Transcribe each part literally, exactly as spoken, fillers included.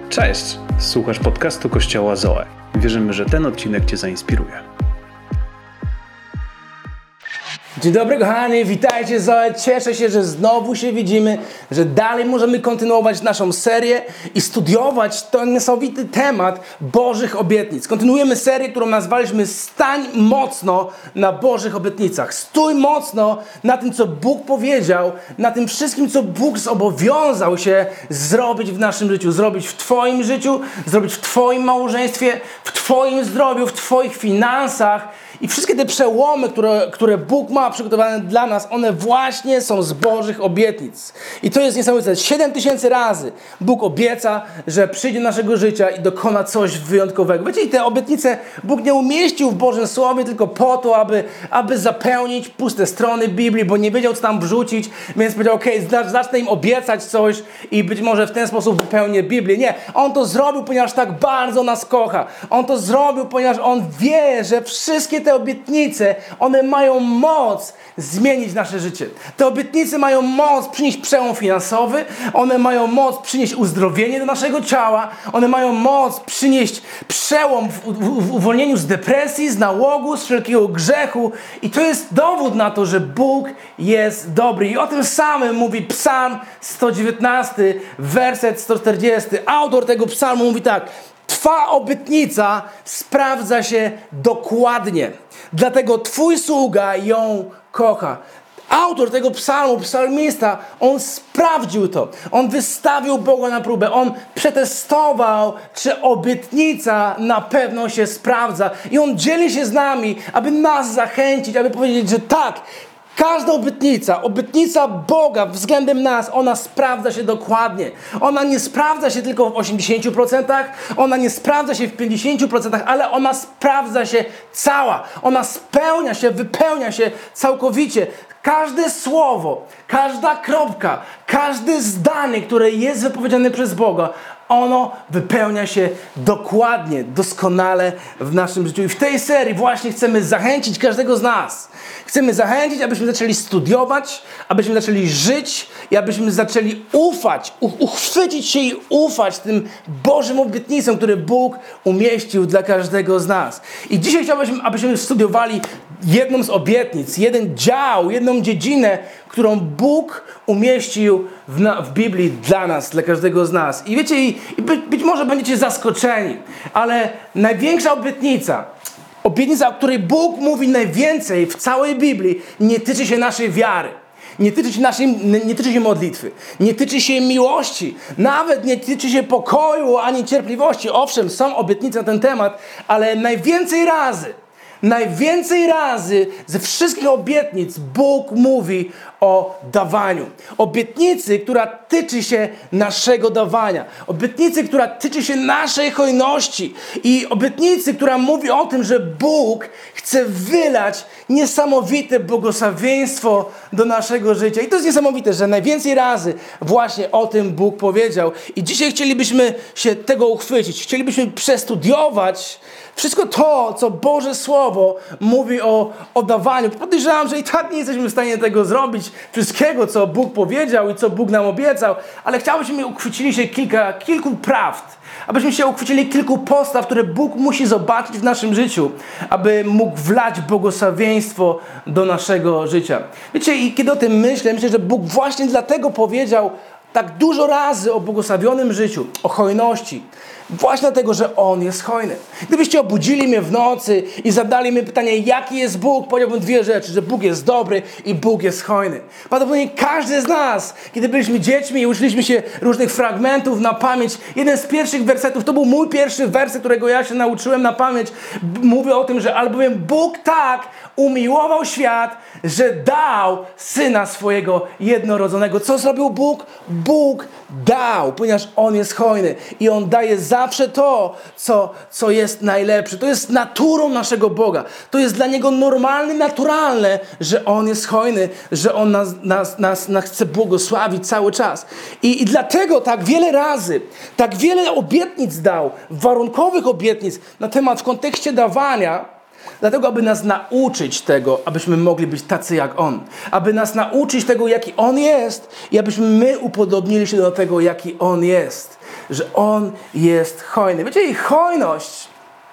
Cześć! Słuchasz podcastu Kościoła Zoe. Wierzymy, że ten odcinek Cię zainspiruje. Dzień dobry kochani, witajcie Zoe. Cieszę się, że znowu się widzimy, że dalej możemy kontynuować naszą serię i studiować ten niesamowity temat Bożych obietnic. Kontynuujemy serię, którą nazwaliśmy Stań mocno na Bożych obietnicach. Stój mocno na tym, co Bóg powiedział, na tym wszystkim, co Bóg zobowiązał się zrobić w naszym życiu, zrobić w Twoim życiu, zrobić w Twoim małżeństwie, w Twoim zdrowiu, w Twoich finansach. I wszystkie te przełomy, które, które Bóg ma przygotowane dla nas, one właśnie są z Bożych obietnic. I to jest niesamowite. Siedem tysięcy razy Bóg obieca, że przyjdzie do naszego życia i dokona coś wyjątkowego. Wiecie, i te obietnice Bóg nie umieścił w Bożym Słowie tylko po to, aby, aby zapełnić puste strony Biblii, bo nie wiedział, co tam wrzucić, więc powiedział, okej, okay, zacznę im obiecać coś i być może w ten sposób wypełnię Biblię. Nie, On to zrobił, ponieważ tak bardzo nas kocha. On to zrobił, ponieważ On wie, że wszystkie te Te obietnice, one mają moc zmienić nasze życie. Te obietnice mają moc przynieść przełom finansowy, one mają moc przynieść uzdrowienie do naszego ciała, one mają moc przynieść przełom w, w, w uwolnieniu z depresji, z nałogu, z wszelkiego grzechu i to jest dowód na to, że Bóg jest dobry. I o tym samym mówi Psalm sto dziewiętnasty, werset sto czterdziesty. Autor tego psalmu mówi tak: Twa obietnica sprawdza się dokładnie, dlatego Twój sługa ją kocha. Autor tego psalmu, psalmista, on sprawdził to. On wystawił Boga na próbę. On przetestował, czy obietnica na pewno się sprawdza. I on dzieli się z nami, aby nas zachęcić, aby powiedzieć, że tak, każda obietnica, obietnica Boga względem nas, ona sprawdza się dokładnie. Ona nie sprawdza się tylko w osiemdziesięciu procentach, ona nie sprawdza się w pięćdziesięciu procentach, ale ona sprawdza się cała. Ona spełnia się, wypełnia się całkowicie. Każde słowo, każda kropka, każde zdanie, które jest wypowiedziane przez Boga, ono wypełnia się dokładnie, doskonale w naszym życiu. I w tej serii właśnie chcemy zachęcić każdego z nas. Chcemy zachęcić, abyśmy zaczęli studiować, abyśmy zaczęli żyć i abyśmy zaczęli ufać, uchwycić się i ufać tym Bożym obietnicom, które Bóg umieścił dla każdego z nas. I dzisiaj chciałbym, abyśmy studiowali jedną z obietnic, jeden dział, jedną dziedzinę, którą Bóg umieścił w, na, w Biblii dla nas, dla każdego z nas. I wiecie, i, i być, być może będziecie zaskoczeni, ale największa obietnica, obietnica, o której Bóg mówi najwięcej w całej Biblii, nie tyczy się naszej wiary. Nie tyczy się naszej, nie tyczy się modlitwy, nie tyczy się miłości, nawet nie tyczy się pokoju ani cierpliwości. Owszem, są obietnice na ten temat, ale najwięcej razy, Najwięcej razy ze wszystkich obietnic Bóg mówi o dawaniu. Obietnicy, która tyczy się naszego dawania. Obietnicy, która tyczy się naszej hojności. I obietnicy, która mówi o tym, że Bóg chce wylać niesamowite błogosławieństwo do naszego życia. I to jest niesamowite, że najwięcej razy właśnie o tym Bóg powiedział. I dzisiaj chcielibyśmy się tego uchwycić. Chcielibyśmy przestudiować wszystko to, co Boże Słowo mówi o, o dawaniu. Podejrzewam, że i tak nie jesteśmy w stanie tego zrobić, wszystkiego, co Bóg powiedział i co Bóg nam obiecał, ale chciałbyśmy uchwycili się kilka, kilku prawd, abyśmy się uchwycili kilku postaw, które Bóg musi zobaczyć w naszym życiu, aby mógł wlać błogosławieństwo do naszego życia. Wiecie, i kiedy o tym myślę, myślę, że Bóg właśnie dlatego powiedział tak dużo razy o błogosławionym życiu, o hojności. Właśnie dlatego, że On jest hojny. Gdybyście obudzili mnie w nocy i zadali mi pytanie, jaki jest Bóg, powiedziałbym dwie rzeczy, że Bóg jest dobry i Bóg jest hojny. Prawdopodobnie każdy z nas, kiedy byliśmy dziećmi i uczyliśmy się różnych fragmentów na pamięć, jeden z pierwszych wersetów, to był mój pierwszy werset, którego ja się nauczyłem na pamięć, mówię o tym, że albowiem Bóg tak umiłował świat, że dał Syna swojego jednorodzonego. Co zrobił Bóg? Bóg dał, ponieważ On jest hojny i On daje zawsze to, co, co jest najlepsze. To jest naturą naszego Boga. To jest dla Niego normalne, naturalne, że On jest hojny, że On nas, nas, nas, nas chce błogosławić cały czas. I, I dlatego tak wiele razy, tak wiele obietnic dał, warunkowych obietnic na temat w kontekście dawania, dlatego, aby nas nauczyć tego, abyśmy mogli być tacy jak On. Aby nas nauczyć tego, jaki On jest i abyśmy my upodobnili się do tego, jaki On jest. że On jest hojny. Wiecie, i hojność,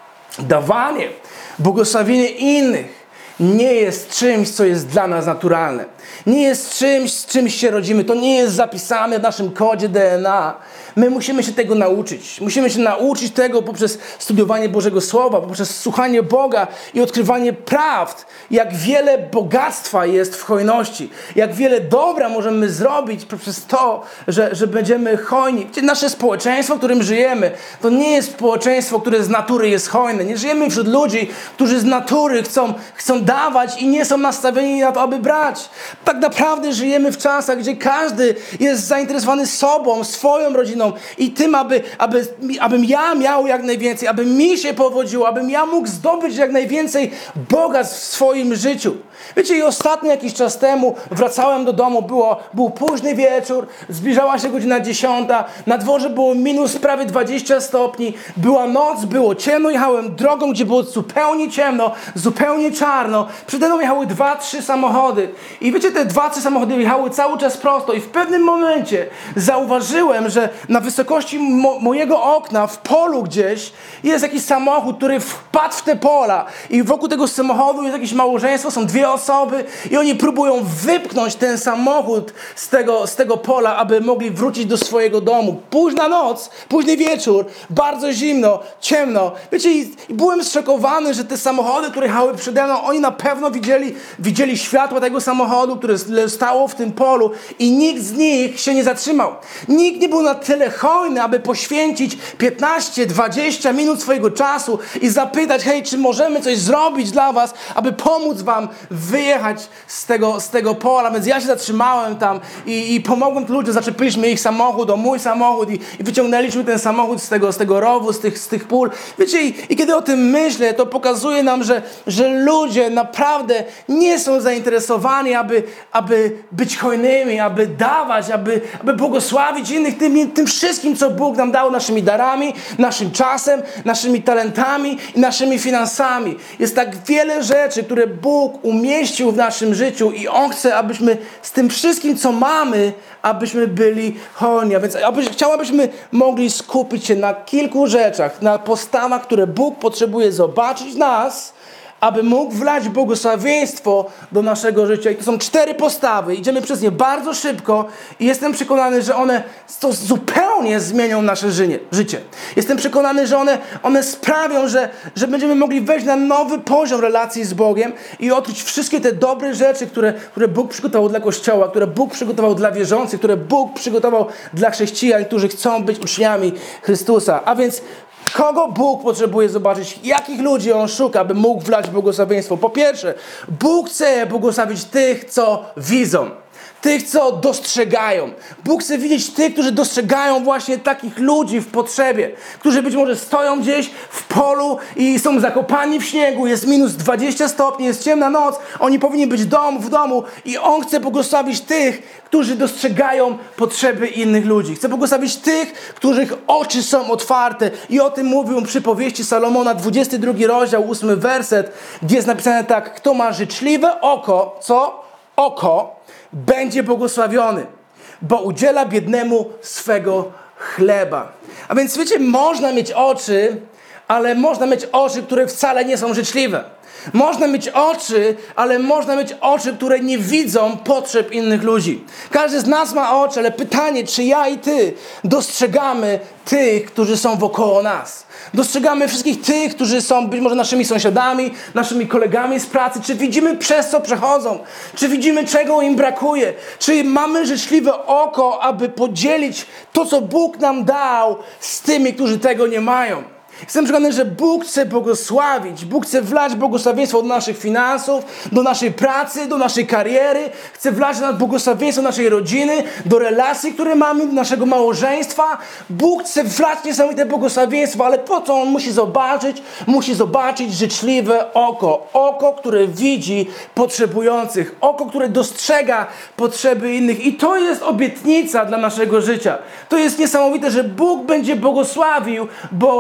dawanie, błogosławienie innych nie jest czymś, co jest dla nas naturalne. Nie jest czymś, z czymś się rodzimy. To nie jest zapisane w naszym kodzie D N A. My musimy się tego nauczyć. Musimy się nauczyć tego poprzez studiowanie Bożego Słowa, poprzez słuchanie Boga i odkrywanie prawd, jak wiele bogactwa jest w hojności, jak wiele dobra możemy zrobić poprzez to, że, że będziemy hojni. Nasze społeczeństwo, w którym żyjemy, to nie jest społeczeństwo, które z natury jest hojne. Nie żyjemy wśród ludzi, którzy z natury chcą, chcą dawać i nie są nastawieni na to, aby brać. Tak naprawdę żyjemy w czasach, gdzie każdy jest zainteresowany sobą, swoją rodziną i tym, aby, aby, abym ja miał jak najwięcej, aby mi się powodziło, abym ja mógł zdobyć jak najwięcej bogactw w swoim życiu. Wiecie, i ostatnio jakiś czas temu wracałem do domu, było, był późny wieczór, zbliżała się godzina dziesiąta, na dworze było minus prawie dwadzieścia stopni, była noc, było ciemno, jechałem drogą, gdzie było zupełnie ciemno, zupełnie czarno, przede mną jechały dwa, trzy samochody i wiecie, te dwa, trzy samochody jechały cały czas prosto i w pewnym momencie zauważyłem, że na wysokości mo- mojego okna, w polu gdzieś, jest jakiś samochód, który wpadł w te pola i wokół tego samochodu jest jakieś małżeństwo, są dwie osoby i oni próbują wypchnąć ten samochód z tego, z tego pola, aby mogli wrócić do swojego domu. Późna noc, późny wieczór, bardzo zimno, ciemno. Wiecie, i, i byłem zszokowany, że te samochody, które jechały przede mną, oni na pewno widzieli, widzieli światło tego samochodu, które stało w tym polu i nikt z nich się nie zatrzymał. Nikt nie był na tyle hojny, aby poświęcić piętnaście dwadzieścia minut swojego czasu i zapytać, hej, czy możemy coś zrobić dla was, aby pomóc wam wyjechać z tego, z tego pola. Więc ja się zatrzymałem tam i, i pomogłem tym ludziom, zaczepiliśmy ich samochód o mój samochód i, i wyciągnęliśmy ten samochód z tego, z tego rowu, z tych, z tych pól. Wiecie, i, i kiedy o tym myślę, to pokazuje nam, że, że ludzie naprawdę nie są zainteresowani, aby, aby być hojnymi, aby dawać, aby, aby błogosławić innych tym, tym wszystkim, co Bóg nam dał, naszymi darami, naszym czasem, naszymi talentami i naszymi finansami. Jest tak wiele rzeczy, które Bóg umieścił w naszym życiu i On chce, abyśmy z tym wszystkim, co mamy, abyśmy byli hojni. A więc aby, chciał, abyśmy mogli skupić się na kilku rzeczach, na postawach, które Bóg potrzebuje zobaczyć w nas, aby mógł wlać błogosławieństwo do naszego życia. I to są cztery postawy. Idziemy przez nie bardzo szybko i jestem przekonany, że one to zupełnie zmienią nasze życie. Jestem przekonany, że one, one sprawią, że, że będziemy mogli wejść na nowy poziom relacji z Bogiem i odkryć wszystkie te dobre rzeczy, które, które Bóg przygotował dla Kościoła, które Bóg przygotował dla wierzących, które Bóg przygotował dla chrześcijan, którzy chcą być uczniami Chrystusa. A więc kogo Bóg potrzebuje zobaczyć? Jakich ludzi On szuka, by mógł wlać błogosławieństwo? Po pierwsze, Bóg chce błogosławić tych, co widzą. Tych, co dostrzegają. Bóg chce widzieć tych, którzy dostrzegają właśnie takich ludzi w potrzebie. Którzy być może stoją gdzieś w polu i są zakopani w śniegu. Jest minus dwadzieścia stopni, jest ciemna noc. Oni powinni być dom, w domu. I On chce błogosławić tych, którzy dostrzegają potrzeby innych ludzi. Chce błogosławić tych, których oczy są otwarte. I o tym mówił przypowieści Salomona, dwudziesty drugi rozdział, ósmy werset, gdzie jest napisane tak. Kto ma życzliwe oko, co? Oko, będzie błogosławiony, bo udziela biednemu swego chleba. A więc wiecie, można mieć oczy, ale można mieć oczy, które wcale nie są życzliwe. Można mieć oczy, ale można mieć oczy, które nie widzą potrzeb innych ludzi. Każdy z nas ma oczy, ale pytanie, czy ja i ty dostrzegamy tych, którzy są wokoło nas. Dostrzegamy wszystkich tych, którzy są być może naszymi sąsiadami, naszymi kolegami z pracy. Czy widzimy, przez co przechodzą? Czy widzimy, czego im brakuje? Czy mamy życzliwe oko, aby podzielić to, co Bóg nam dał, z tymi, którzy tego nie mają? Jestem przekonany, że Bóg chce błogosławić. Bóg chce wlać błogosławieństwo do naszych finansów, do naszej pracy, do naszej kariery. Chce wlać na błogosławieństwo do naszej rodziny, do relacji, które mamy, do naszego małżeństwa. Bóg chce wlać niesamowite błogosławieństwo, ale po co On musi zobaczyć? Musi zobaczyć życzliwe oko. Oko, które widzi potrzebujących. Oko, które dostrzega potrzeby innych. I to jest obietnica dla naszego życia. To jest niesamowite, że Bóg będzie błogosławił, bo my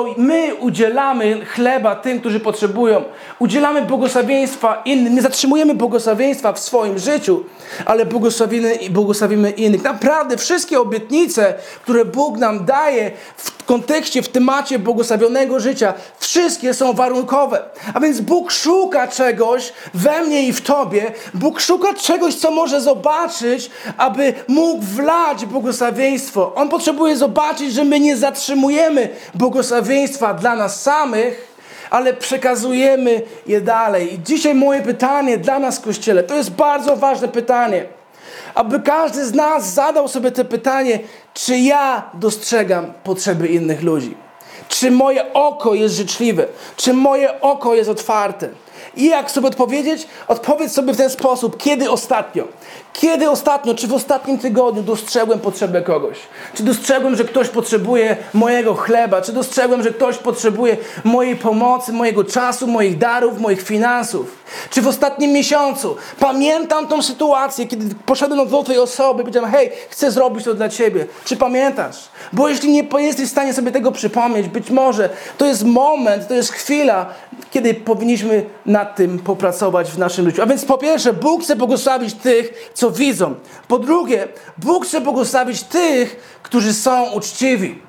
my udzielamy chleba tym, którzy potrzebują, udzielamy błogosławieństwa innym, nie zatrzymujemy błogosławieństwa w swoim życiu, ale błogosławimy, błogosławimy innych. Naprawdę wszystkie obietnice, które Bóg nam daje w kontekście, w temacie błogosławionego życia, wszystkie są warunkowe. A więc Bóg szuka czegoś we mnie i w tobie. Bóg szuka czegoś, co może zobaczyć, aby mógł wlać błogosławieństwo. On potrzebuje zobaczyć, że my nie zatrzymujemy błogosławieństwa dla nas samych, ale przekazujemy je dalej. I dzisiaj moje pytanie dla nas w Kościele, to jest bardzo ważne pytanie, aby każdy z nas zadał sobie to pytanie, czy ja dostrzegam potrzeby innych ludzi? Czy moje oko jest życzliwe? Czy moje oko jest otwarte? I jak sobie odpowiedzieć? Odpowiedz sobie w ten sposób. Kiedy ostatnio? Kiedy ostatnio, czy w ostatnim tygodniu dostrzegłem potrzebę kogoś? Czy dostrzegłem, że ktoś potrzebuje mojego chleba? Czy dostrzegłem, że ktoś potrzebuje mojej pomocy, mojego czasu, moich darów, moich finansów? Czy w ostatnim miesiącu pamiętam tą sytuację, kiedy poszedłem do tej osoby i powiedziałem, hej, chcę zrobić to dla ciebie. Czy pamiętasz? Bo jeśli nie jesteś w stanie sobie tego przypomnieć, być może to jest moment, to jest chwila, kiedy powinniśmy nad tym popracować w naszym życiu. A więc po pierwsze, Bóg chce błogosławić tych, co widzą. Po drugie, Bóg chce błogosławić tych, którzy są uczciwi.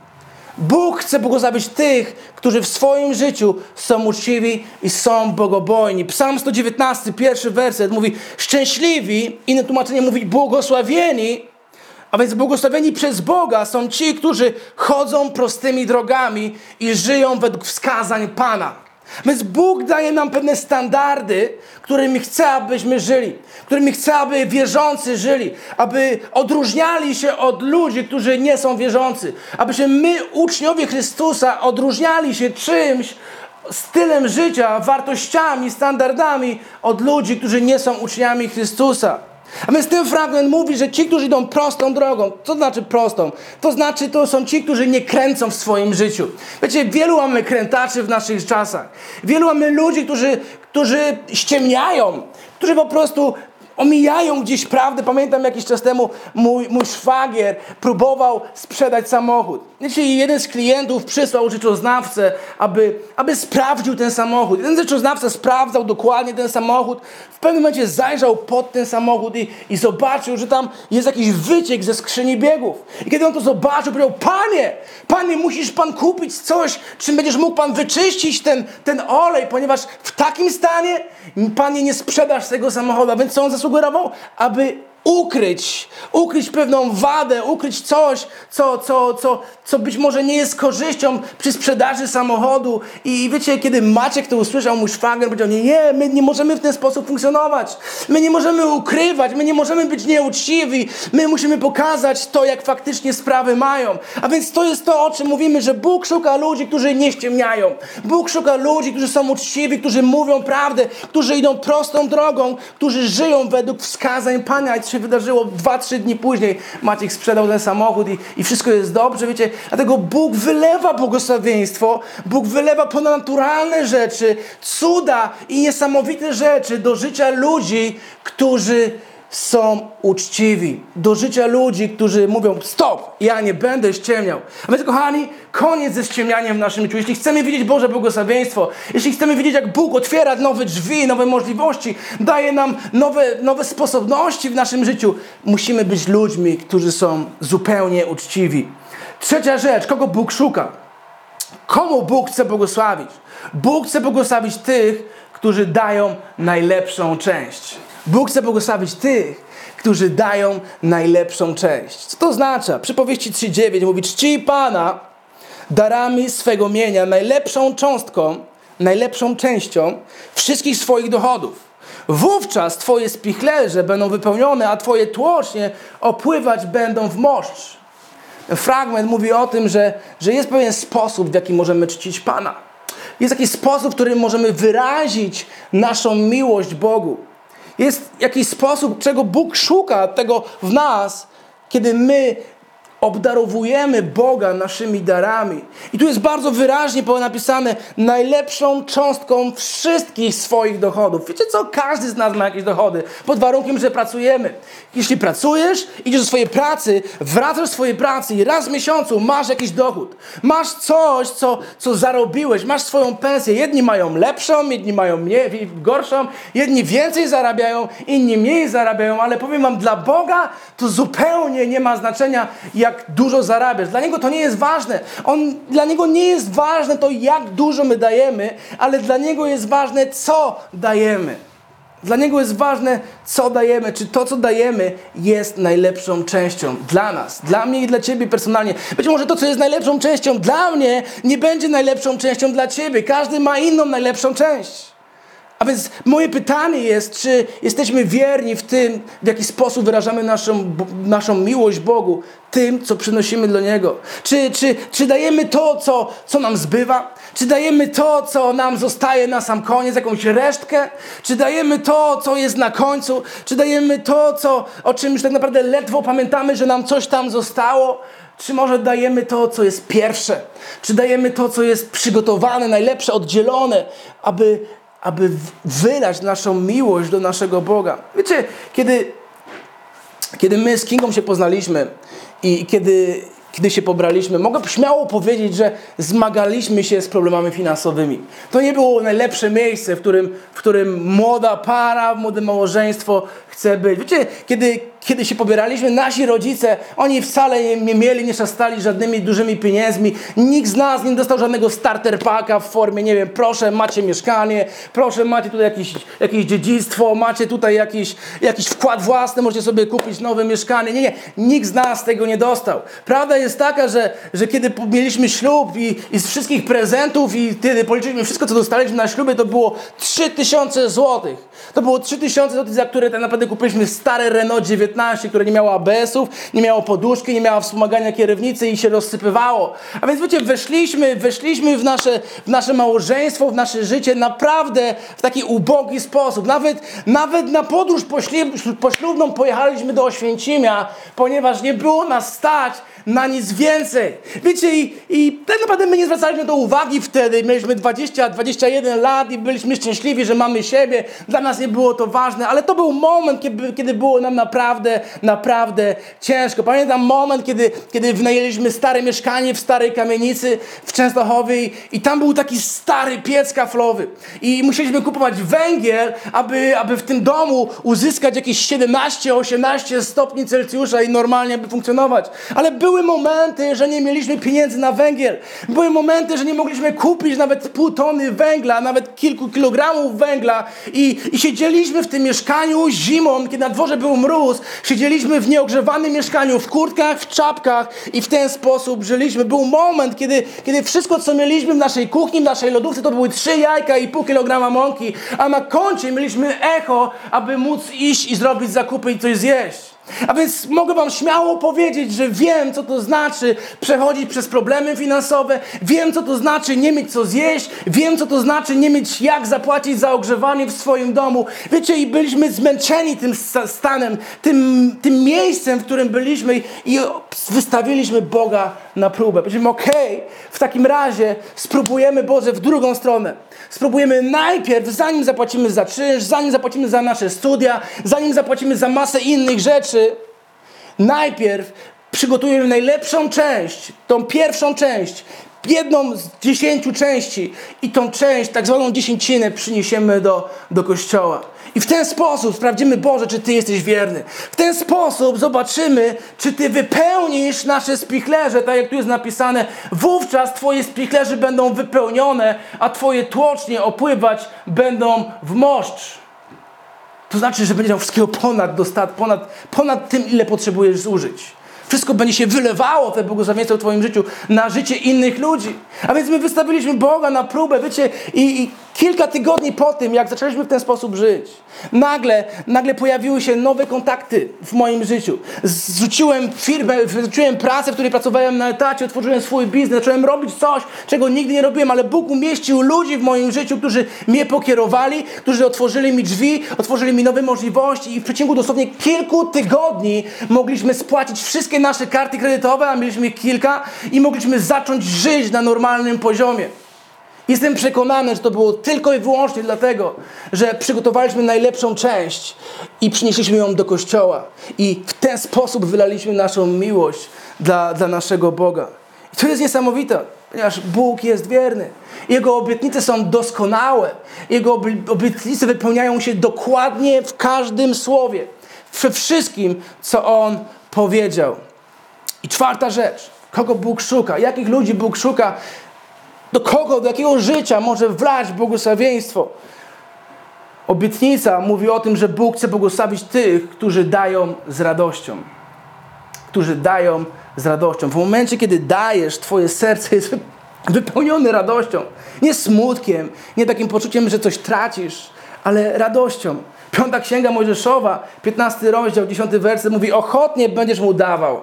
Bóg chce błogosławić tych, którzy w swoim życiu są uczciwi i są bogobojni. Psalm sto dziewiętnasty, pierwszy werset mówi szczęśliwi, inne tłumaczenie mówi błogosławieni, a więc błogosławieni przez Boga są ci, którzy chodzą prostymi drogami i żyją według wskazań Pana. Więc Bóg daje nam pewne standardy, którymi chce, abyśmy żyli, którymi chce, aby wierzący żyli, aby odróżniali się od ludzi, którzy nie są wierzący, abyśmy my, uczniowie Chrystusa, odróżniali się czymś, stylem życia, wartościami, standardami od ludzi, którzy nie są uczniami Chrystusa. A więc ten fragment mówi, że ci, którzy idą prostą drogą, co znaczy prostą? To znaczy, to są ci, którzy nie kręcą w swoim życiu. Wiecie, wielu mamy krętaczy w naszych czasach. Wielu mamy ludzi, którzy, którzy ściemniają, którzy po prostu omijają gdzieś prawdę. Pamiętam jakiś czas temu mój, mój szwagier próbował sprzedać samochód. Wiecie, jeden z klientów przysłał rzeczoznawcę, aby, aby sprawdził ten samochód. Ten rzeczoznawca sprawdzał dokładnie ten samochód. W pewnym momencie zajrzał pod ten samochód i, i zobaczył, że tam jest jakiś wyciek ze skrzyni biegów. I kiedy on to zobaczył, powiedział, panie, panie, musisz pan kupić coś, czym będziesz mógł pan wyczyścić ten, ten olej, ponieważ w takim stanie panie nie sprzedasz tego samochodu. A więc co on zasugerował? Aby ukryć, ukryć pewną wadę, ukryć coś, co, co, co, co być może nie jest korzyścią przy sprzedaży samochodu. I wiecie, kiedy Maciek to usłyszał, mój szwagier powiedział, nie, nie, my nie możemy w ten sposób funkcjonować. My nie możemy ukrywać, my nie możemy być nieuczciwi. My musimy pokazać to, jak faktycznie sprawy mają. A więc to jest to, o czym mówimy, że Bóg szuka ludzi, którzy nie ściemniają. Bóg szuka ludzi, którzy są uczciwi, którzy mówią prawdę, którzy idą prostą drogą, którzy żyją według wskazań Pana. I to się wydarzyło dwa, trzy dni później. Maciek sprzedał ten samochód i, i wszystko jest dobrze, wiecie. Dlatego Bóg wylewa błogosławieństwo, Bóg wylewa ponadnaturalne rzeczy, cuda i niesamowite rzeczy do życia ludzi, którzy są uczciwi. Do życia ludzi, którzy mówią, stop, ja nie będę ściemniał. A więc, kochani, koniec ze ściemnianiem w naszym życiu. Jeśli chcemy widzieć Boże błogosławieństwo, jeśli chcemy widzieć, jak Bóg otwiera nowe drzwi, nowe możliwości, daje nam nowe, nowe sposobności w naszym życiu, musimy być ludźmi, którzy są zupełnie uczciwi. Trzecia rzecz, kogo Bóg szuka? Komu Bóg chce błogosławić? Bóg chce błogosławić tych, którzy dają najlepszą część. Bóg chce błogosławić tych, którzy dają najlepszą część. Co to oznacza? Przypowieści trzy dziewięć mówi, czcij Pana darami swego mienia, najlepszą cząstką, najlepszą częścią wszystkich swoich dochodów. Wówczas twoje spichlerze będą wypełnione, a twoje tłocznie opływać będą w moszcz. Fragment mówi o tym, że, że jest pewien sposób, w jaki możemy czcić Pana. Jest jakiś sposób, w którym możemy wyrazić naszą miłość Bogu. Jest jakiś sposób, czego Bóg szuka tego w nas, kiedy my obdarowujemy Boga naszymi darami. I tu jest bardzo wyraźnie napisane, najlepszą cząstką wszystkich swoich dochodów. Wiecie co? Każdy z nas ma jakieś dochody, pod warunkiem, że pracujemy. Jeśli pracujesz, idziesz do swojej pracy, wracasz do swojej pracy i raz w miesiącu masz jakiś dochód. Masz coś, co, co zarobiłeś, masz swoją pensję. Jedni mają lepszą, jedni mają mniej, gorszą, jedni więcej zarabiają, inni mniej zarabiają, ale powiem wam, dla Boga to zupełnie nie ma znaczenia, jak dużo zarabiasz. Dla Niego to nie jest ważne. On, dla Niego nie jest ważne to, jak dużo my dajemy, ale dla Niego jest ważne, co dajemy. Dla Niego jest ważne, co dajemy. Czy to, co dajemy, jest najlepszą częścią dla nas. Dla mnie i dla Ciebie personalnie. Być może to, co jest najlepszą częścią dla mnie, nie będzie najlepszą częścią dla Ciebie. Każdy ma inną najlepszą część. A więc moje pytanie jest, czy jesteśmy wierni w tym, w jaki sposób wyrażamy naszą, naszą miłość Bogu, tym, co przynosimy do Niego. Czy, czy, czy dajemy to, co, co nam zbywa? Czy dajemy to, co nam zostaje na sam koniec, jakąś resztkę? Czy dajemy to, co jest na końcu? Czy dajemy to, co, o czym już tak naprawdę ledwo pamiętamy, że nam coś tam zostało? Czy może dajemy to, co jest pierwsze? Czy dajemy to, co jest przygotowane, najlepsze, oddzielone, aby... aby wylać naszą miłość do naszego Boga. Wiecie, kiedy, kiedy my z Kingą się poznaliśmy i kiedy, kiedy się pobraliśmy, mogę śmiało powiedzieć, że zmagaliśmy się z problemami finansowymi. To nie było najlepsze miejsce, w którym, w którym młoda para, młode małżeństwo chce być. Wiecie, kiedy, kiedy się pobieraliśmy, nasi rodzice, oni wcale nie, nie mieli, nie szastali żadnymi dużymi pieniędzmi. Nikt z nas nie dostał żadnego starter packa w formie, nie wiem, proszę, macie mieszkanie, proszę, macie tutaj jakieś, jakieś dziedzictwo, macie tutaj jakiś, jakiś wkład własny, możecie sobie kupić nowe mieszkanie. Nie, nie, nikt z nas tego nie dostał. Prawda jest taka, że, że kiedy mieliśmy ślub i, i z wszystkich prezentów i kiedy policzyliśmy wszystko, co dostaliśmy na ślubie, to było trzy tysiące złotych. To było trzy tysiące złotych, za które tak naprawdę kupiliśmy stare Renault dziewiętnaście, które nie miało A B S-ów, nie miało poduszki, nie miało wspomagania kierownicy i się rozsypywało. A więc wiecie, weszliśmy, weszliśmy w nasze, w nasze małżeństwo, w nasze życie naprawdę w taki ubogi sposób. Nawet, nawet na podróż poślubną pojechaliśmy do Oświęcimia, ponieważ nie było nas stać na nic więcej. Wiecie, i, i tak naprawdę my nie zwracaliśmy do uwagi wtedy. Mieliśmy dwadzieścia, dwadzieścia jeden lat i byliśmy szczęśliwi, że mamy siebie. Dla nas nie było to ważne, ale to był moment, kiedy, kiedy było nam naprawdę, naprawdę ciężko. Pamiętam moment, kiedy, kiedy wynajęliśmy stare mieszkanie w starej kamienicy w Częstochowie i, i tam był taki stary piec kaflowy. I musieliśmy kupować węgiel, aby, aby w tym domu uzyskać jakieś siedemnaście osiemnaście stopni Celsjusza i normalnie by funkcjonować. Ale były momenty, że nie mieliśmy pieniędzy na węgiel. Były momenty, że nie mogliśmy kupić nawet pół tony węgla, nawet kilku kilogramów węgla i, i siedzieliśmy w tym mieszkaniu zimą, kiedy na dworze był mróz. Siedzieliśmy w nieogrzewanym mieszkaniu, w kurtkach, w czapkach i w ten sposób żyliśmy. Był moment, kiedy, kiedy wszystko, co mieliśmy w naszej kuchni, w naszej lodówce, to były trzy jajka i pół kilograma mąki, a na koncie mieliśmy echo, aby móc iść i zrobić zakupy i coś zjeść. A więc mogę wam śmiało powiedzieć, że wiem, co to znaczy przechodzić przez problemy finansowe, wiem, co to znaczy nie mieć co zjeść, wiem, co to znaczy nie mieć jak zapłacić za ogrzewanie w swoim domu. Wiecie, i byliśmy zmęczeni tym stanem, tym, tym miejscem, w którym byliśmy i wystawiliśmy Boga na próbę. Powiedzieliśmy, okej, okay, w takim razie spróbujemy, Boże, w drugą stronę. Spróbujemy najpierw, zanim zapłacimy za czynsz, zanim zapłacimy za nasze studia, zanim zapłacimy za masę innych rzeczy, najpierw przygotujemy najlepszą część, tą pierwszą część, jedną z dziesięciu części i tą część, tak zwaną dziesięcinę przyniesiemy do, do kościoła. I w ten sposób sprawdzimy, Boże, czy Ty jesteś wierny. W ten sposób zobaczymy, czy Ty wypełnisz nasze spichlerze, tak jak tu jest napisane. Wówczas Twoje spichlerze będą wypełnione, a Twoje tłocznie opływać będą w moszcz. To znaczy, że będzie miał wszystkiego ponad dostat, ponad, ponad tym, ile potrzebujesz zużyć. Wszystko będzie się wylewało, te błogosławieństwo w Twoim życiu, na życie innych ludzi. A więc my wystawiliśmy Boga na próbę, wiecie, i, i Kilka tygodni po tym, jak zaczęliśmy w ten sposób żyć, nagle, nagle pojawiły się nowe kontakty w moim życiu. Zrzuciłem firmę, zrzuciłem pracę, w której pracowałem na etacie, otworzyłem swój biznes, zacząłem robić coś, czego nigdy nie robiłem, ale Bóg umieścił ludzi w moim życiu, którzy mnie pokierowali, którzy otworzyli mi drzwi, otworzyli mi nowe możliwości i w przeciągu dosłownie kilku tygodni mogliśmy spłacić wszystkie nasze karty kredytowe, a mieliśmy ich kilka i mogliśmy zacząć żyć na normalnym poziomie. Jestem przekonany, że to było tylko i wyłącznie dlatego, że przygotowaliśmy najlepszą część i przynieśliśmy ją do Kościoła. I w ten sposób wylaliśmy naszą miłość dla, dla naszego Boga. I to jest niesamowite, ponieważ Bóg jest wierny. Jego obietnice są doskonałe. Jego obietnice wypełniają się dokładnie w każdym słowie. We wszystkim, co On powiedział. I czwarta rzecz. Kogo Bóg szuka? Jakich ludzi Bóg szuka? Do kogo, do jakiego życia może wlać błogosławieństwo? Obietnica mówi o tym, że Bóg chce błogosławić tych, którzy dają z radością. Którzy dają z radością. W momencie, kiedy dajesz, twoje serce jest wypełnione radością. Nie smutkiem, nie takim poczuciem, że coś tracisz, ale radością. Piąta Księga Mojżeszowa, piętnasty rozdział, dziesiąty werset mówi: ochotnie będziesz mu dawał,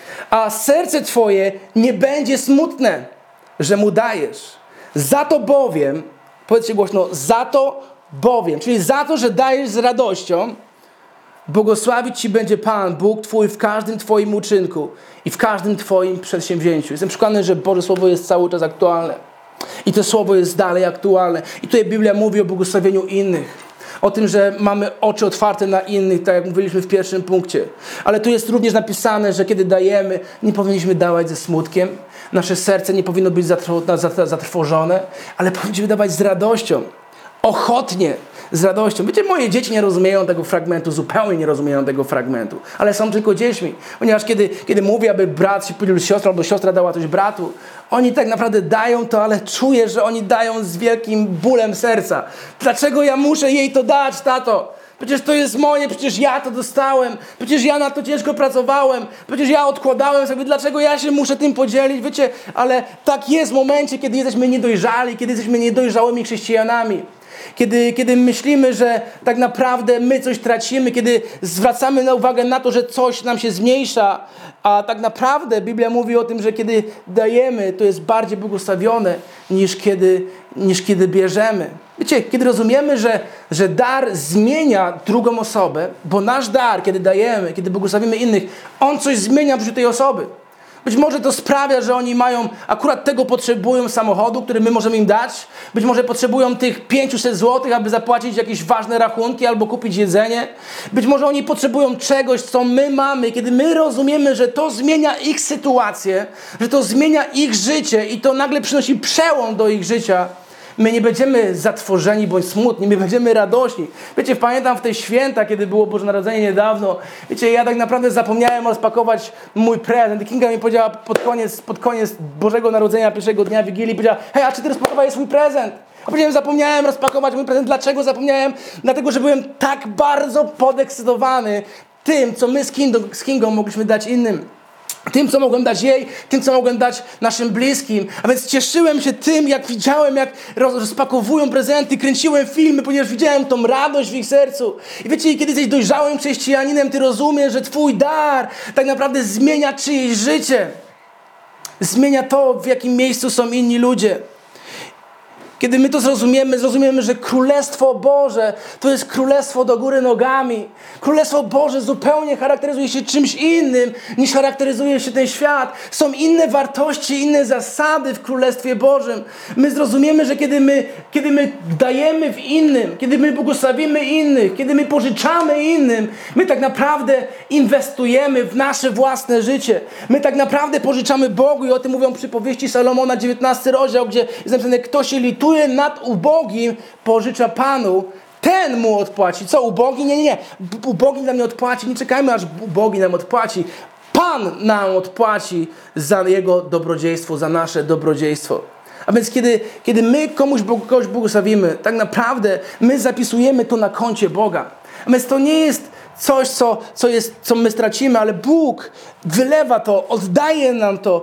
a serce twoje nie będzie smutne, że mu dajesz. Za to bowiem, powiedzcie głośno, za to bowiem, czyli za to, że dajesz z radością, błogosławić Ci będzie Pan, Bóg Twój w każdym Twoim uczynku i w każdym Twoim przedsięwzięciu. Jestem przekonany, że Boże Słowo jest cały czas aktualne. I to Słowo jest dalej aktualne. I tutaj Biblia mówi o błogosławieniu innych. O tym, że mamy oczy otwarte na innych, tak jak mówiliśmy w pierwszym punkcie. Ale tu jest również napisane, że kiedy dajemy, nie powinniśmy dawać ze smutkiem. Nasze serce nie powinno być zatrwożone, ale powinniśmy dawać z radością. Ochotnie, z radością. Wiecie, moje dzieci nie rozumieją tego fragmentu, zupełnie nie rozumieją tego fragmentu, ale są tylko dziećmi. Ponieważ kiedy, kiedy mówię, aby brat się podzielił z siostrą, albo siostra dała coś bratu, oni tak naprawdę dają to, ale czuję, że oni dają z wielkim bólem serca. Dlaczego ja muszę jej to dać, tato? Przecież to jest moje, przecież ja to dostałem, przecież ja na to ciężko pracowałem, przecież ja odkładałem sobie, dlaczego ja się muszę tym podzielić, wiecie, ale tak jest w momencie, kiedy jesteśmy niedojrzali, kiedy jesteśmy niedojrzałymi chrześcijanami. Kiedy, kiedy myślimy, że tak naprawdę my coś tracimy, kiedy zwracamy na uwagę na to, że coś nam się zmniejsza, a tak naprawdę Biblia mówi o tym, że kiedy dajemy, to jest bardziej błogosławione niż kiedy, niż kiedy bierzemy. Wiecie, kiedy rozumiemy, że, że dar zmienia drugą osobę, bo nasz dar, kiedy dajemy, kiedy błogosławimy innych, on coś zmienia w życiu tej osoby. Być może to sprawia, że oni mają, akurat tego potrzebują samochodu, który my możemy im dać. Być może potrzebują tych pięćset złotych, aby zapłacić jakieś ważne rachunki albo kupić jedzenie. Być może oni potrzebują czegoś, co my mamy. Kiedy my rozumiemy, że to zmienia ich sytuację, że to zmienia ich życie i to nagle przynosi przełom do ich życia, my nie będziemy zatworzeni bądź smutni, my będziemy radośni. Wiecie, pamiętam w te święta, kiedy było Boże Narodzenie niedawno, wiecie, ja tak naprawdę zapomniałem rozpakować mój prezent. I Kinga mi powiedziała pod koniec, pod koniec Bożego Narodzenia, pierwszego dnia Wigilii, powiedziała: hej, a czy ty rozpakowałeś swój prezent? A powiedziałem: zapomniałem rozpakować mój prezent. Dlaczego zapomniałem? Dlatego, że byłem tak bardzo podekscytowany tym, co my z Kingą, z Kingą mogliśmy dać innym. Tym, co mogłem dać jej, tym, co mogłem dać naszym bliskim. A więc cieszyłem się tym, jak widziałem, jak rozpakowują prezenty, kręciłem filmy, ponieważ widziałem tą radość w ich sercu. I wiecie, kiedy jesteś dojrzałym chrześcijaninem, ty rozumiesz, że twój dar tak naprawdę zmienia czyjeś życie. Zmienia to, w jakim miejscu są inni ludzie. Kiedy my to zrozumiemy, zrozumiemy, że Królestwo Boże to jest Królestwo do góry nogami. Królestwo Boże zupełnie charakteryzuje się czymś innym, niż charakteryzuje się ten świat. Są inne wartości, inne zasady w Królestwie Bożym. My zrozumiemy, że kiedy my, kiedy my dajemy w innym, kiedy my błogosławimy innych, kiedy my pożyczamy innym, my tak naprawdę inwestujemy w nasze własne życie. My tak naprawdę pożyczamy Bogu i o tym mówią przypowieści Salomona, dziewiętnasty rozdział, gdzie jest napisane: kto się lituje nad ubogim, pożycza Panu, ten mu odpłaci. Co, ubogi? Nie, nie, nie. Ubogi nam nie odpłaci. Nie czekajmy, aż ubogi nam odpłaci. Pan nam odpłaci za jego dobrodziejstwo, za nasze dobrodziejstwo. A więc kiedy, kiedy my komuś kogoś błogosławimy, tak naprawdę my zapisujemy to na koncie Boga. A więc to nie jest coś, co, co, jest, co my stracimy, ale Bóg wylewa to, oddaje nam to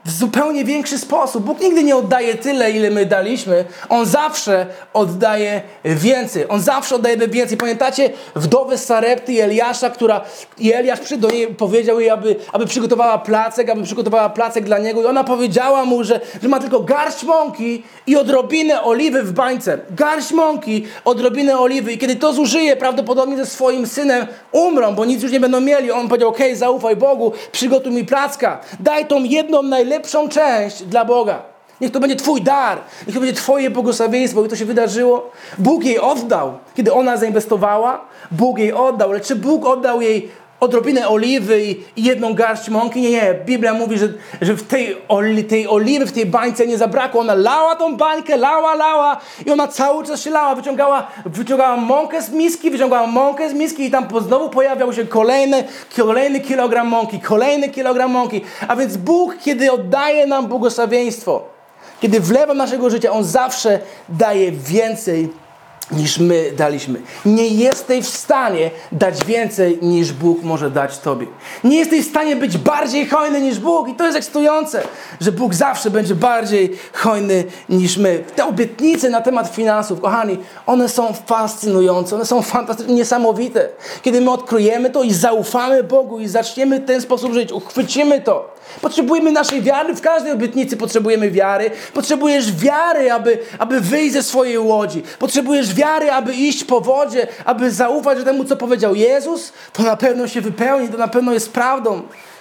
w zupełnie większy sposób. Bóg nigdy nie oddaje tyle, ile my daliśmy. On zawsze oddaje więcej. On zawsze oddaje więcej. Pamiętacie wdowę Sarepty i Eliasza, która i Eliasz przy do niej powiedział jej, aby, aby przygotowała placek, aby przygotowała placek dla niego. I ona powiedziała mu, że, że ma tylko garść mąki i odrobinę oliwy w bańce. Garść mąki, odrobinę oliwy. I kiedy to zużyje, prawdopodobnie ze swoim synem umrą, bo nic już nie będą mieli. On powiedział, okej, okay, zaufaj Bogu, przygotuj mi placka. Daj tą jedną najlepszą część dla Boga. Niech to będzie twój dar. Niech to będzie twoje błogosławieństwo. I to się wydarzyło. Bóg jej oddał. Kiedy ona zainwestowała, Bóg jej oddał. Ale czy Bóg oddał jej odrobinę oliwy i, i jedną garść mąki? Nie, nie. Biblia mówi, że, że w tej, oli, tej oliwy, w tej bańce nie zabrakło. Ona lała tą bańkę, lała, lała i ona cały czas się lała. Wyciągała, wyciągała mąkę z miski, wyciągała mąkę z miski i tam znowu pojawiał się kolejny, kolejny kilogram mąki, kolejny kilogram mąki. A więc Bóg, kiedy oddaje nam błogosławieństwo, kiedy wlewa naszego życia, On zawsze daje więcej niż my daliśmy. Nie jesteś w stanie dać więcej niż Bóg może dać tobie. Nie jesteś w stanie być bardziej hojny niż Bóg. I to jest ekscytujące, że Bóg zawsze będzie bardziej hojny niż my. Te obietnice na temat finansów, kochani, one są fascynujące, one są fantastyczne, niesamowite. Kiedy my odkryjemy to i zaufamy Bogu i zaczniemy w ten sposób żyć, uchwycimy to. Potrzebujemy naszej wiary. W każdej obietnicy potrzebujemy wiary. Potrzebujesz wiary, aby, aby wyjść ze swojej łodzi. Potrzebujesz wiary, aby iść po wodzie, aby zaufać temu, co powiedział Jezus. To na pewno się wypełni, to na pewno jest prawdą.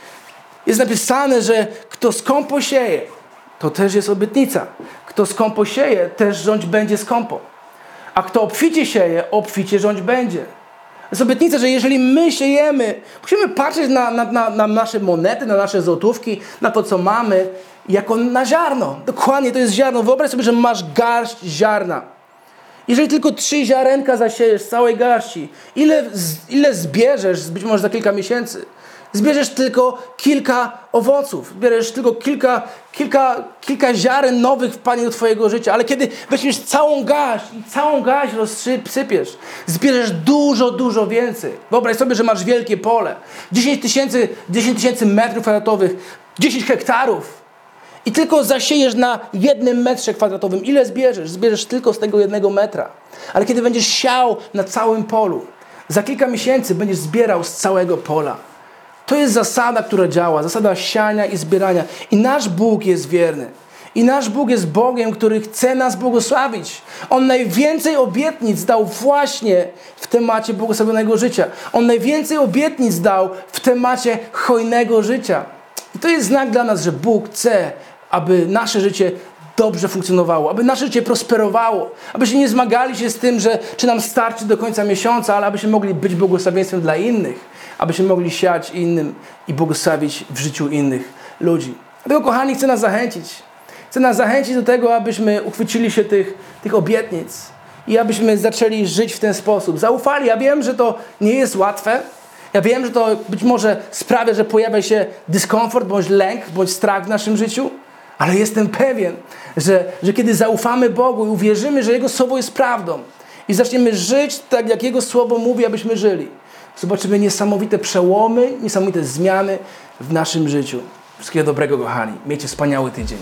Jest napisane, że kto skąpo sieje, to też jest obietnica. Kto skąpo sieje, też rządź będzie skąpo. A kto obficie sieje, obficie rządź będzie. To jest obietnica, że jeżeli my siejemy, musimy patrzeć na, na, na, na nasze monety, na nasze złotówki, na to, co mamy, jako na ziarno. Dokładnie, to jest ziarno. Wyobraź sobie, że masz garść ziarna. Jeżeli tylko trzy ziarenka zasiejesz z całej garści, ile, ile zbierzesz, być może za kilka miesięcy? Zbierzesz tylko kilka owoców, zbierzesz tylko kilka, kilka, kilka ziaren nowych wpadnie do twojego życia, ale kiedy weźmiesz całą garść i całą garść rozsypiesz, zbierzesz dużo, dużo więcej. Wyobraź sobie, że masz wielkie pole, dziesięć tysięcy metrów kwadratowych, dziesięć hektarów i tylko zasiejesz na jednym metrze kwadratowym. Ile zbierzesz? Zbierzesz tylko z tego jednego metra. Ale kiedy będziesz siał na całym polu, za kilka miesięcy będziesz zbierał z całego pola. To jest zasada, która działa. Zasada siania i zbierania. I nasz Bóg jest wierny. I nasz Bóg jest Bogiem, który chce nas błogosławić. On najwięcej obietnic dał właśnie w temacie błogosławionego życia. On najwięcej obietnic dał w temacie hojnego życia. I to jest znak dla nas, że Bóg chce, aby nasze życie dobrze funkcjonowało, aby nasze życie prosperowało, abyśmy nie zmagali się z tym, że czy nam starczy do końca miesiąca, ale abyśmy mogli być błogosławieństwem dla innych, abyśmy mogli siać innym i błogosławić w życiu innych ludzi. Dlatego, kochani, chcę nas zachęcić. Chcę nas zachęcić do tego, abyśmy uchwycili się tych, tych obietnic i abyśmy zaczęli żyć w ten sposób. Zaufali. Ja wiem, że to nie jest łatwe. Ja wiem, że to być może sprawia, że pojawia się dyskomfort, bądź lęk, bądź strach w naszym życiu, ale jestem pewien, że, że kiedy zaufamy Bogu i uwierzymy, że Jego Słowo jest prawdą i zaczniemy żyć tak, jak Jego Słowo mówi, abyśmy żyli, zobaczymy niesamowite przełomy, niesamowite zmiany w naszym życiu. Wszystkiego dobrego, kochani. Miejcie wspaniały tydzień.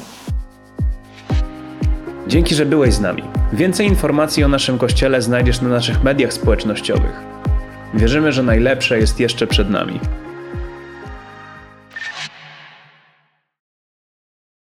Dzięki, że byłeś z nami. Więcej informacji o naszym Kościele znajdziesz na naszych mediach społecznościowych. Wierzymy, że najlepsze jest jeszcze przed nami.